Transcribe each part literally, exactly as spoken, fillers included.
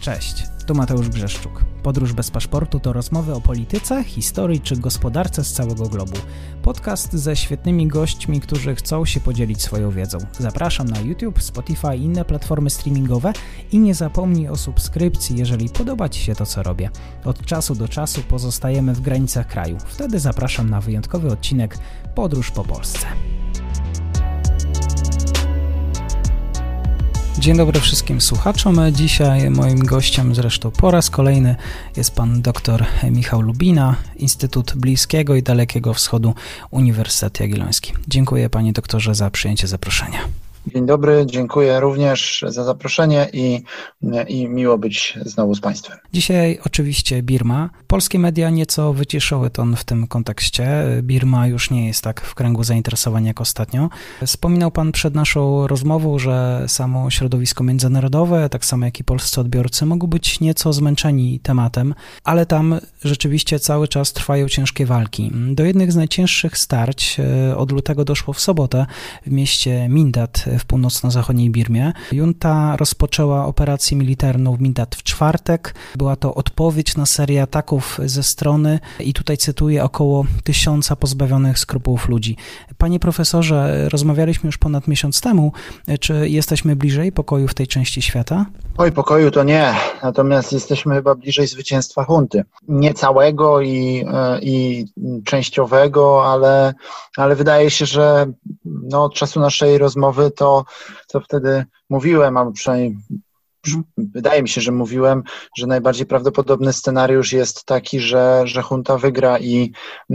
Cześć, tu Mateusz Brzeszczuk. Podróż bez paszportu to rozmowy o polityce, historii czy gospodarce z całego globu. Podcast ze świetnymi gośćmi, którzy chcą się podzielić swoją wiedzą. Zapraszam na YouTube, Spotify i inne platformy streamingowe i nie zapomnij o subskrypcji, jeżeli podoba Ci się to, co robię. Od czasu do czasu pozostajemy w granicach kraju. Wtedy zapraszam na wyjątkowy odcinek Podróż po Polsce. Dzień dobry wszystkim słuchaczom. Dzisiaj moim gościem, zresztą po raz kolejny, jest pan dr Michał Lubina, Instytut Bliskiego i Dalekiego Wschodu, Uniwersytet Jagielloński. Dziękuję panie doktorze za przyjęcie zaproszenia. Dzień dobry, dziękuję również za zaproszenie i, i miło być znowu z Państwem. Dzisiaj oczywiście Birma. Polskie media nieco wyciszyły ton w tym kontekście. Birma już nie jest tak w kręgu zainteresowań jak ostatnio. Wspominał Pan przed naszą rozmową, że samo środowisko międzynarodowe, tak samo jak i polscy odbiorcy, mogą być nieco zmęczeni tematem, ale tam rzeczywiście cały czas trwają ciężkie walki. Do jednych z najcięższych starć od lutego doszło w sobotę w mieście Mindat w północno-zachodniej Birmie. Junta rozpoczęła operację militarną w Mindat w czwartek. Była to odpowiedź na serię ataków ze strony, i tutaj cytuję, około tysiąca pozbawionych skrupułów ludzi. Panie profesorze, rozmawialiśmy już ponad miesiąc temu. Czy jesteśmy bliżej pokoju w tej części świata? Oj, pokoju to nie, natomiast jesteśmy chyba bliżej zwycięstwa hunty. Nie całego i, i częściowego, ale, ale wydaje się, że no, od czasu naszej rozmowy to, to wtedy mówiłem, a przynajmniej wydaje mi się, że mówiłem, że najbardziej prawdopodobny scenariusz jest taki, że, że junta wygra i,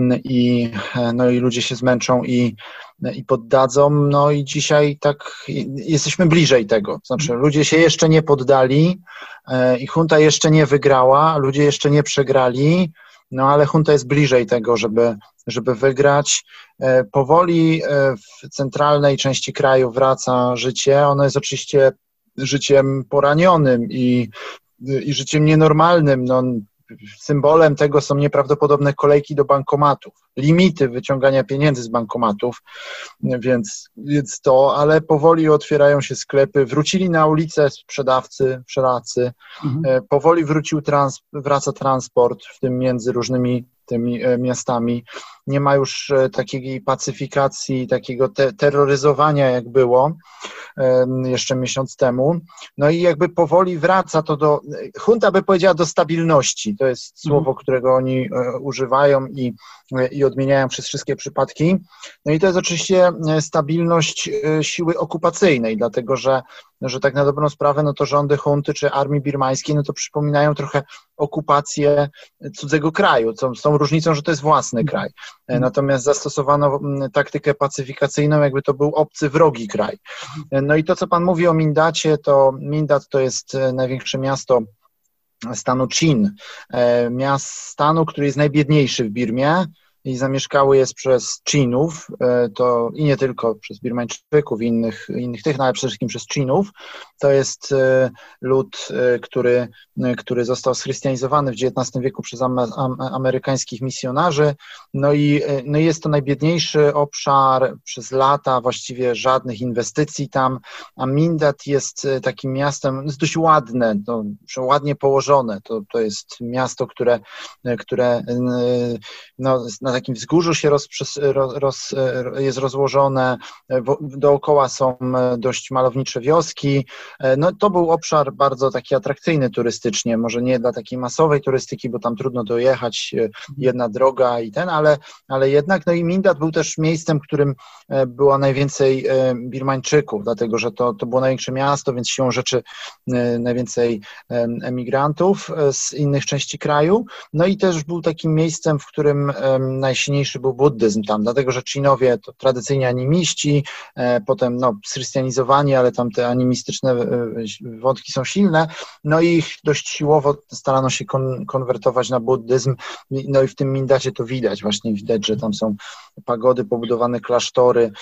i, no, i ludzie się zmęczą i, i poddadzą. No i dzisiaj tak jesteśmy bliżej tego. Znaczy ludzie się jeszcze nie poddali i junta jeszcze nie wygrała, ludzie jeszcze nie przegrali, no ale junta jest bliżej tego, żeby, żeby wygrać. Powoli w centralnej części kraju wraca życie. Ono jest oczywiście życiem poranionym i, i życiem nienormalnym. No, symbolem tego są nieprawdopodobne kolejki do bankomatów, limity wyciągania pieniędzy z bankomatów, więc, więc to, ale powoli otwierają się sklepy, wrócili na ulicę sprzedawcy, wszelacy, mhm. powoli wrócił trans, wraca transport, w tym między różnymi tymi miastami. Nie ma już takiej pacyfikacji, takiego te- terroryzowania, jak było jeszcze miesiąc temu. No i jakby powoli wraca to do, junta by powiedziała, do stabilności. To jest słowo, którego oni używają i, i odmieniają przez wszystkie przypadki. No i to jest oczywiście stabilność siły okupacyjnej, dlatego że, że tak na dobrą sprawę, no to rządy junty czy armii birmańskiej, no to przypominają trochę okupację cudzego kraju. Z tą różnicą, że to jest własny kraj. Natomiast zastosowano taktykę pacyfikacyjną, jakby to był obcy, wrogi kraj. No i to, co Pan mówi o Mindacie, to Mindat to jest największe miasto stanu Chin, miast stanu, który jest najbiedniejszy w Birmie i zamieszkały jest przez Chinów, to i nie tylko przez Birmańczyków i innych, innych tych, no ale przede wszystkim przez Chinów. To jest lud, który, który został schrystianizowany w dziewiętnastym wieku przez am, am, amerykańskich misjonarzy. No i no jest to najbiedniejszy obszar przez lata, właściwie żadnych inwestycji tam, a Mindat jest takim miastem, jest dość ładne, to, ładnie położone. To, to jest miasto, które, które no, na takim wzgórzu się roz, roz, roz, jest rozłożone, dookoła są dość malownicze wioski. No, to był obszar bardzo taki atrakcyjny turystycznie, może nie dla takiej masowej turystyki, bo tam trudno dojechać, jedna droga i ten, ale, ale jednak, no i Mindat był też miejscem, w którym było najwięcej Birmańczyków, dlatego że to, to było największe miasto, więc siłą rzeczy najwięcej emigrantów z innych części kraju. No i też był takim miejscem, w którym najsilniejszy był buddyzm tam, dlatego że Chinowie to tradycyjnie animiści, potem no, schrystianizowani, ale tam te animistyczne wątki są silne, no i ich dość siłowo starano się kon- konwertować na buddyzm, no i w tym Mindacie to widać, właśnie widać, że tam są pagody, pobudowane klasztory,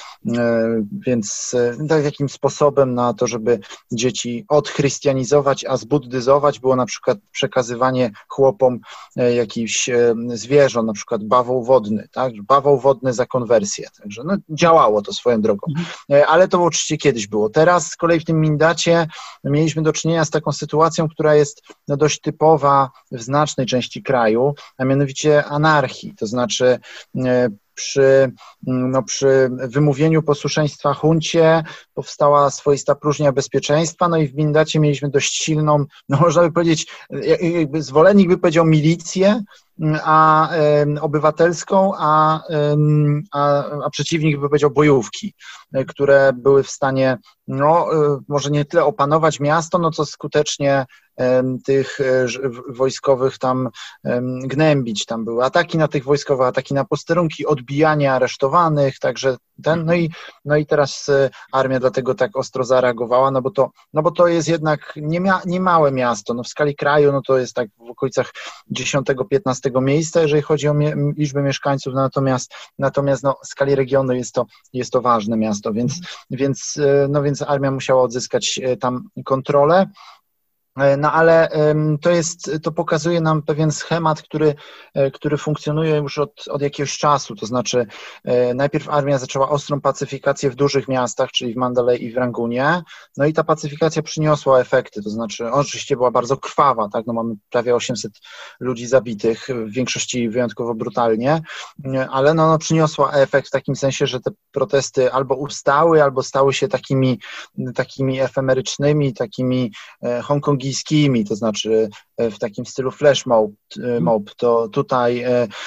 więc takim sposobem na to, żeby dzieci odchrystianizować, a zbuddyzować było na przykład przekazywanie chłopom jakichś zwierząt, na przykład bawoł wodny, tak? Bawoł wodny za konwersję. Także no, działało to swoją drogą. Mhm. Ale to oczywiście kiedyś było. Teraz z kolei w tym mandacie mieliśmy do czynienia z taką sytuacją, która jest no, dość typowa w znacznej części kraju, a mianowicie anarchii, to znaczy przy, no, przy wymówieniu posłuszeństwa huncie powstała swoista próżnia bezpieczeństwa, no i w mandacie mieliśmy dość silną, no można by powiedzieć, jakby zwolennik by powiedział milicję, a y, obywatelską, a, y, a, a przeciwnik by powiedział bojówki, y, które były w stanie, no y, może nie tyle opanować miasto, no co skutecznie y, tych y, wojskowych tam y, gnębić. Tam były ataki na tych wojskowych, ataki na posterunki, odbijanie aresztowanych, także ten, no i, no i teraz y, armia dlatego tak ostro zareagowała, no bo to, no bo to jest jednak nie, mia, nie małe miasto, no w skali kraju, no to jest tak w okolicach dziesiątego piętnastego miejsca, jeżeli chodzi o mie liczbę mieszkańców, natomiast, natomiast no, w skali regionu jest to, jest to ważne miasto, więc, więc, no, więc armia musiała odzyskać tam kontrolę. No ale to jest, to pokazuje nam pewien schemat, który, który funkcjonuje już od, od jakiegoś czasu, to znaczy najpierw armia zaczęła ostrą pacyfikację w dużych miastach, czyli w Mandalay i w Rangunie, no i ta pacyfikacja przyniosła efekty, to znaczy oczywiście była bardzo krwawa, tak, no mamy prawie osiemset ludzi zabitych, w większości wyjątkowo brutalnie, ale no, no przyniosła efekt w takim sensie, że te protesty albo ustały, albo stały się takimi, takimi efemerycznymi, takimi hongkongijskimi, to znaczy w takim stylu flash mob, mob to tutaj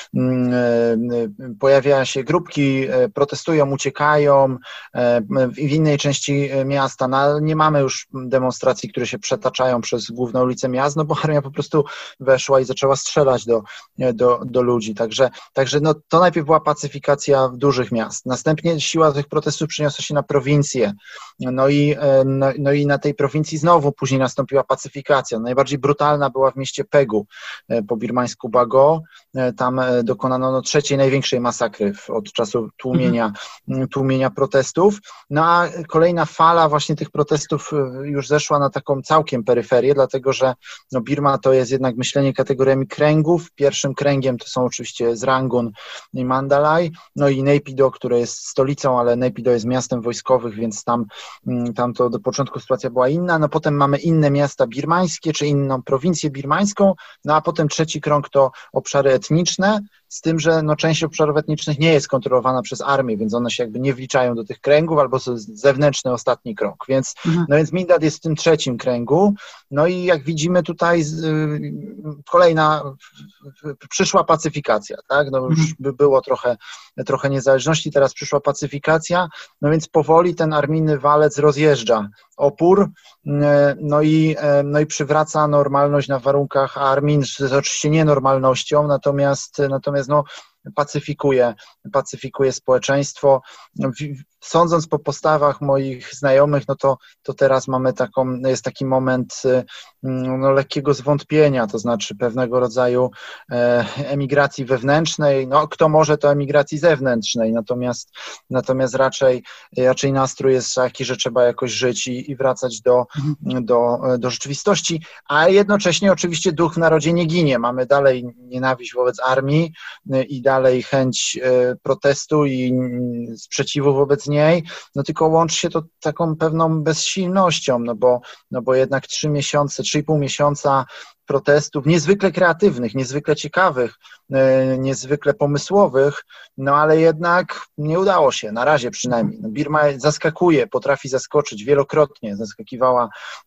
pojawia się grupki, protestują, uciekają w innej części miasta, no, nie mamy już demonstracji, które się przetaczają przez główną ulicę miast, no bo armia po prostu weszła i zaczęła strzelać do, do, do ludzi, także, także no, to najpierw była pacyfikacja dużych miast, następnie siła tych protestów przeniosła się na prowincję, no i, no, no i na tej prowincji znowu później nastąpiła pacyfikacja. Najbardziej brutalna była w mieście Pegu po birmańsku Bago. Tam dokonano no, trzeciej największej masakry od czasu tłumienia, mhm. tłumienia protestów. No a kolejna fala właśnie tych protestów już zeszła na taką całkiem peryferię, dlatego że no, Birma to jest jednak myślenie kategoriami kręgów. Pierwszym kręgiem to są oczywiście Rangun i Mandalay, no i Naypyidaw, które jest stolicą, ale Naypyidaw jest miastem wojskowych, więc tam, tam to do początku sytuacja była inna. No potem mamy inne miasta birmańskie, czy inną prowincję birmańską, no a potem trzeci krąg to obszary etniczne, z tym, że no, część obszarów etnicznych nie jest kontrolowana przez armię, więc one się jakby nie wliczają do tych kręgów, albo są zewnętrzny ostatni krąg, więc, mhm. no więc Mindad jest w tym trzecim kręgu, no i jak widzimy tutaj y, kolejna y, przyszła pacyfikacja, tak, no już mhm. by było trochę, trochę niezależności, teraz przyszła pacyfikacja, no więc powoli ten armijny walec rozjeżdża opór, no i, no i przywraca normalność na warunkach armii, to jest oczywiście nienormalnością, natomiast, natomiast no, pacyfikuje, pacyfikuje społeczeństwo. Sądząc po postawach moich znajomych, no to, to teraz mamy taką, jest taki moment no, lekkiego zwątpienia, to znaczy pewnego rodzaju emigracji wewnętrznej, no kto może, to emigracji zewnętrznej, natomiast, natomiast raczej, raczej nastrój jest taki, że trzeba jakoś żyć i, i wracać do, do, do rzeczywistości, a jednocześnie oczywiście duch w narodzie nie ginie, mamy dalej nienawiść wobec armii i dalej chęć protestu i sprzeciwu wobec niej, no tylko łączy się to taką pewną bezsilnością, no bo, no bo jednak trzy miesiące, trzy i pół miesiąca protestów, niezwykle kreatywnych, niezwykle ciekawych, niezwykle pomysłowych, no ale jednak nie udało się, na razie przynajmniej. No Birma zaskakuje, potrafi zaskoczyć, wielokrotnie zaskakiwała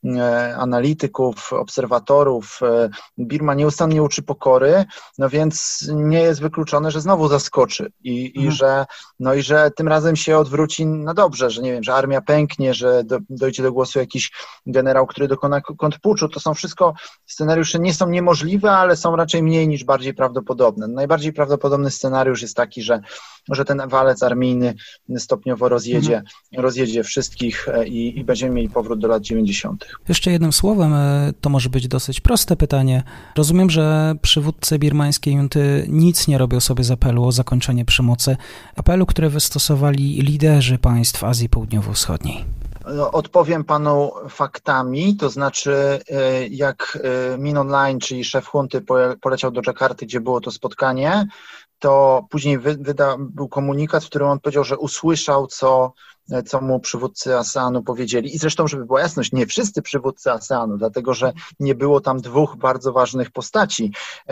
analityków, obserwatorów. Birma nieustannie uczy pokory, no więc nie jest wykluczone, że znowu zaskoczy i, mhm. i, że, no i że tym razem się odwróci na dobrze, że nie wiem, że armia pęknie, że do, dojdzie do głosu jakiś generał, który dokona kontrpuczu. To są wszystko scenariusze nie są niemożliwe, ale są raczej mniej niż bardziej prawdopodobne. Najbardziej prawdopodobny scenariusz jest taki, że, że ten walec armijny stopniowo rozjedzie, mhm. rozjedzie wszystkich i, i będziemy mieli powrót do lat dziewięćdziesiątych. Jeszcze jednym słowem, to może być dosyć proste pytanie. Rozumiem, że przywódcy birmańskiej junty nic nie robią sobie z apelu o zakończenie przemocy, apelu, który wystosowali liderzy państw Azji Południowo-Wschodniej. Odpowiem panu faktami, to znaczy jak Min Aung Hlaing, czyli szef junty, poleciał do Dżakarty, gdzie było to spotkanie, to później wyda, był komunikat, w którym on powiedział, że usłyszał, co co mu przywódcy ASEANu powiedzieli. I zresztą, żeby była jasność, nie wszyscy przywódcy ASEANu, dlatego że nie było tam dwóch bardzo ważnych postaci.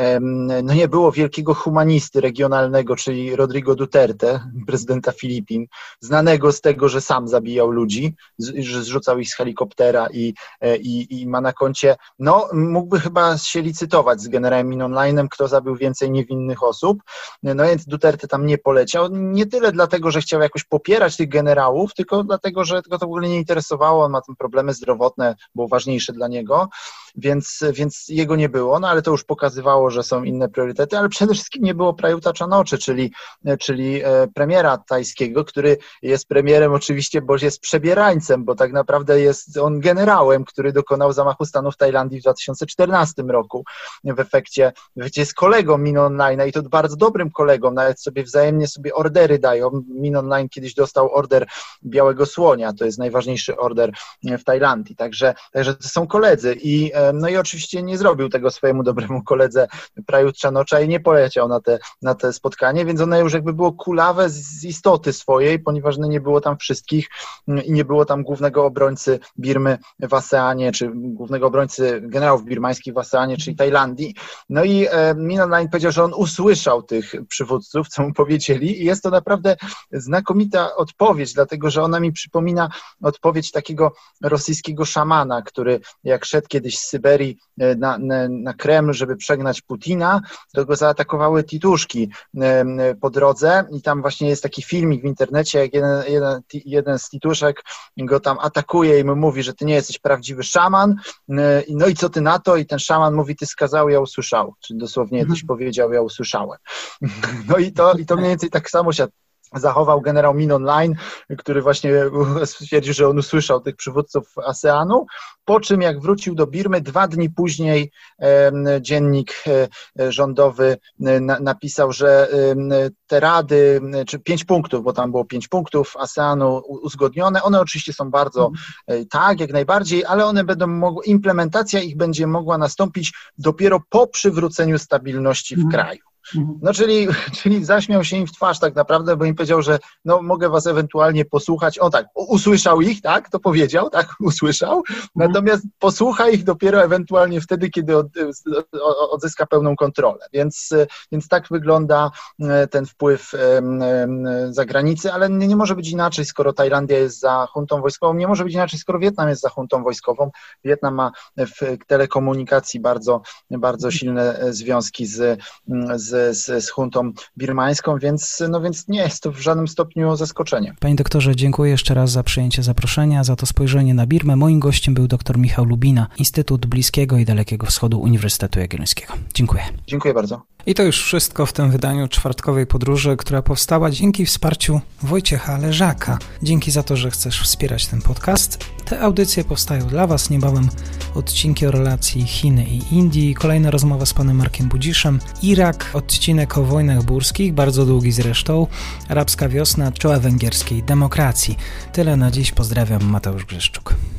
No nie było wielkiego humanisty regionalnego, czyli Rodrigo Duterte, prezydenta Filipin, znanego z tego, że sam zabijał ludzi, że zrzucał ich z helikoptera i, i, i ma na koncie, no mógłby chyba się licytować z generałem Min Aung Hlaingiem, kto zabił więcej niewinnych osób. No więc Duterte tam nie poleciał. Nie tyle dlatego, że chciał jakoś popierać tych generałów, tylko dlatego, że go to w ogóle nie interesowało, on ma tam problemy zdrowotne, było ważniejsze dla niego, więc, więc jego nie było, no ale to już pokazywało, że są inne priorytety, ale przede wszystkim nie było Prayuta Chan-ocha, czyli, czyli premiera tajskiego, który jest premierem oczywiście, bo jest przebierańcem, bo tak naprawdę jest on generałem, który dokonał zamachu stanu w Tajlandii w dwa tysiące czternastym roku. W efekcie, w efekcie jest kolegą Min Aung Hlainga i to bardzo dobrym kolegą, nawet sobie wzajemnie sobie ordery dają. Min Aung Hlaing kiedyś dostał order Białego Słonia, to jest najważniejszy order w Tajlandii, także, także to są koledzy i, no i oczywiście nie zrobił tego swojemu dobremu koledze Prayut Chan-ocha i nie poleciał na te, na te spotkanie, więc ono już jakby było kulawe z istoty swojej, ponieważ no nie było tam wszystkich i nie było tam głównego obrońcy Birmy w ASEANie, czy głównego obrońcy generałów birmańskich w ASEANie, czyli Tajlandii. No i Min Aung Hlaing powiedział, że on usłyszał tych przywódców, co mu powiedzieli i jest to naprawdę znakomita odpowiedź, dlatego że ona mi przypomina odpowiedź takiego rosyjskiego szamana, który jak szedł kiedyś z Syberii na, na, na Kreml, żeby przegnać Putina, to go zaatakowały tituszki po drodze i tam właśnie jest taki filmik w internecie, jak jeden, jeden, jeden z tituszek go tam atakuje i mu mówi, że ty nie jesteś prawdziwy szaman, no i co ty na to? I ten szaman mówi, ty skazał, ja usłyszał, czyli dosłownie mhm. coś powiedział, ja usłyszałem. No i to, i to mniej więcej tak samo się zachował generał Min Aung Hlaing, który właśnie stwierdził, że on usłyszał tych przywódców ASEANu, po czym jak wrócił do Birmy, dwa dni później e, dziennik e, rządowy e, na, napisał, że e, te rady, czy pięć punktów, bo tam było pięć punktów ASEANu uzgodnione, one oczywiście są bardzo e, tak, jak najbardziej, ale one będą mogły, implementacja ich będzie mogła nastąpić dopiero po przywróceniu stabilności w kraju. No czyli, czyli zaśmiał się im w twarz tak naprawdę, bo im powiedział, że no mogę was ewentualnie posłuchać. O tak, usłyszał ich, tak, to powiedział, tak, usłyszał, natomiast posłucha ich dopiero ewentualnie wtedy, kiedy od, odzyska pełną kontrolę. Więc, więc tak wygląda ten wpływ zagranicy, ale nie, nie może być inaczej, skoro Tajlandia jest za juntą wojskową, nie może być inaczej, skoro Wietnam jest za juntą wojskową. Wietnam ma w telekomunikacji bardzo, bardzo silne związki z, z Z, z juntą birmańską, więc, no więc nie jest to w żadnym stopniu zaskoczenie. Panie doktorze, dziękuję jeszcze raz za przyjęcie zaproszenia, za to spojrzenie na Birmę. Moim gościem był dr Michał Lubina, Instytut Bliskiego i Dalekiego Wschodu Uniwersytetu Jagiellońskiego. Dziękuję. Dziękuję bardzo. I to już wszystko w tym wydaniu czwartkowej podróży, która powstała dzięki wsparciu Wojciecha Leżaka. Dzięki za to, że chcesz wspierać ten podcast. Te audycje powstają dla Was. Niebawem odcinki o relacji Chiny i Indii, kolejna rozmowa z panem Markiem Budziszem, Irak, odcinek o wojnach burskich, bardzo długi zresztą, arabska wiosna, czoła węgierskiej demokracji. Tyle na dziś. Pozdrawiam, Mateusz Grzeszczuk.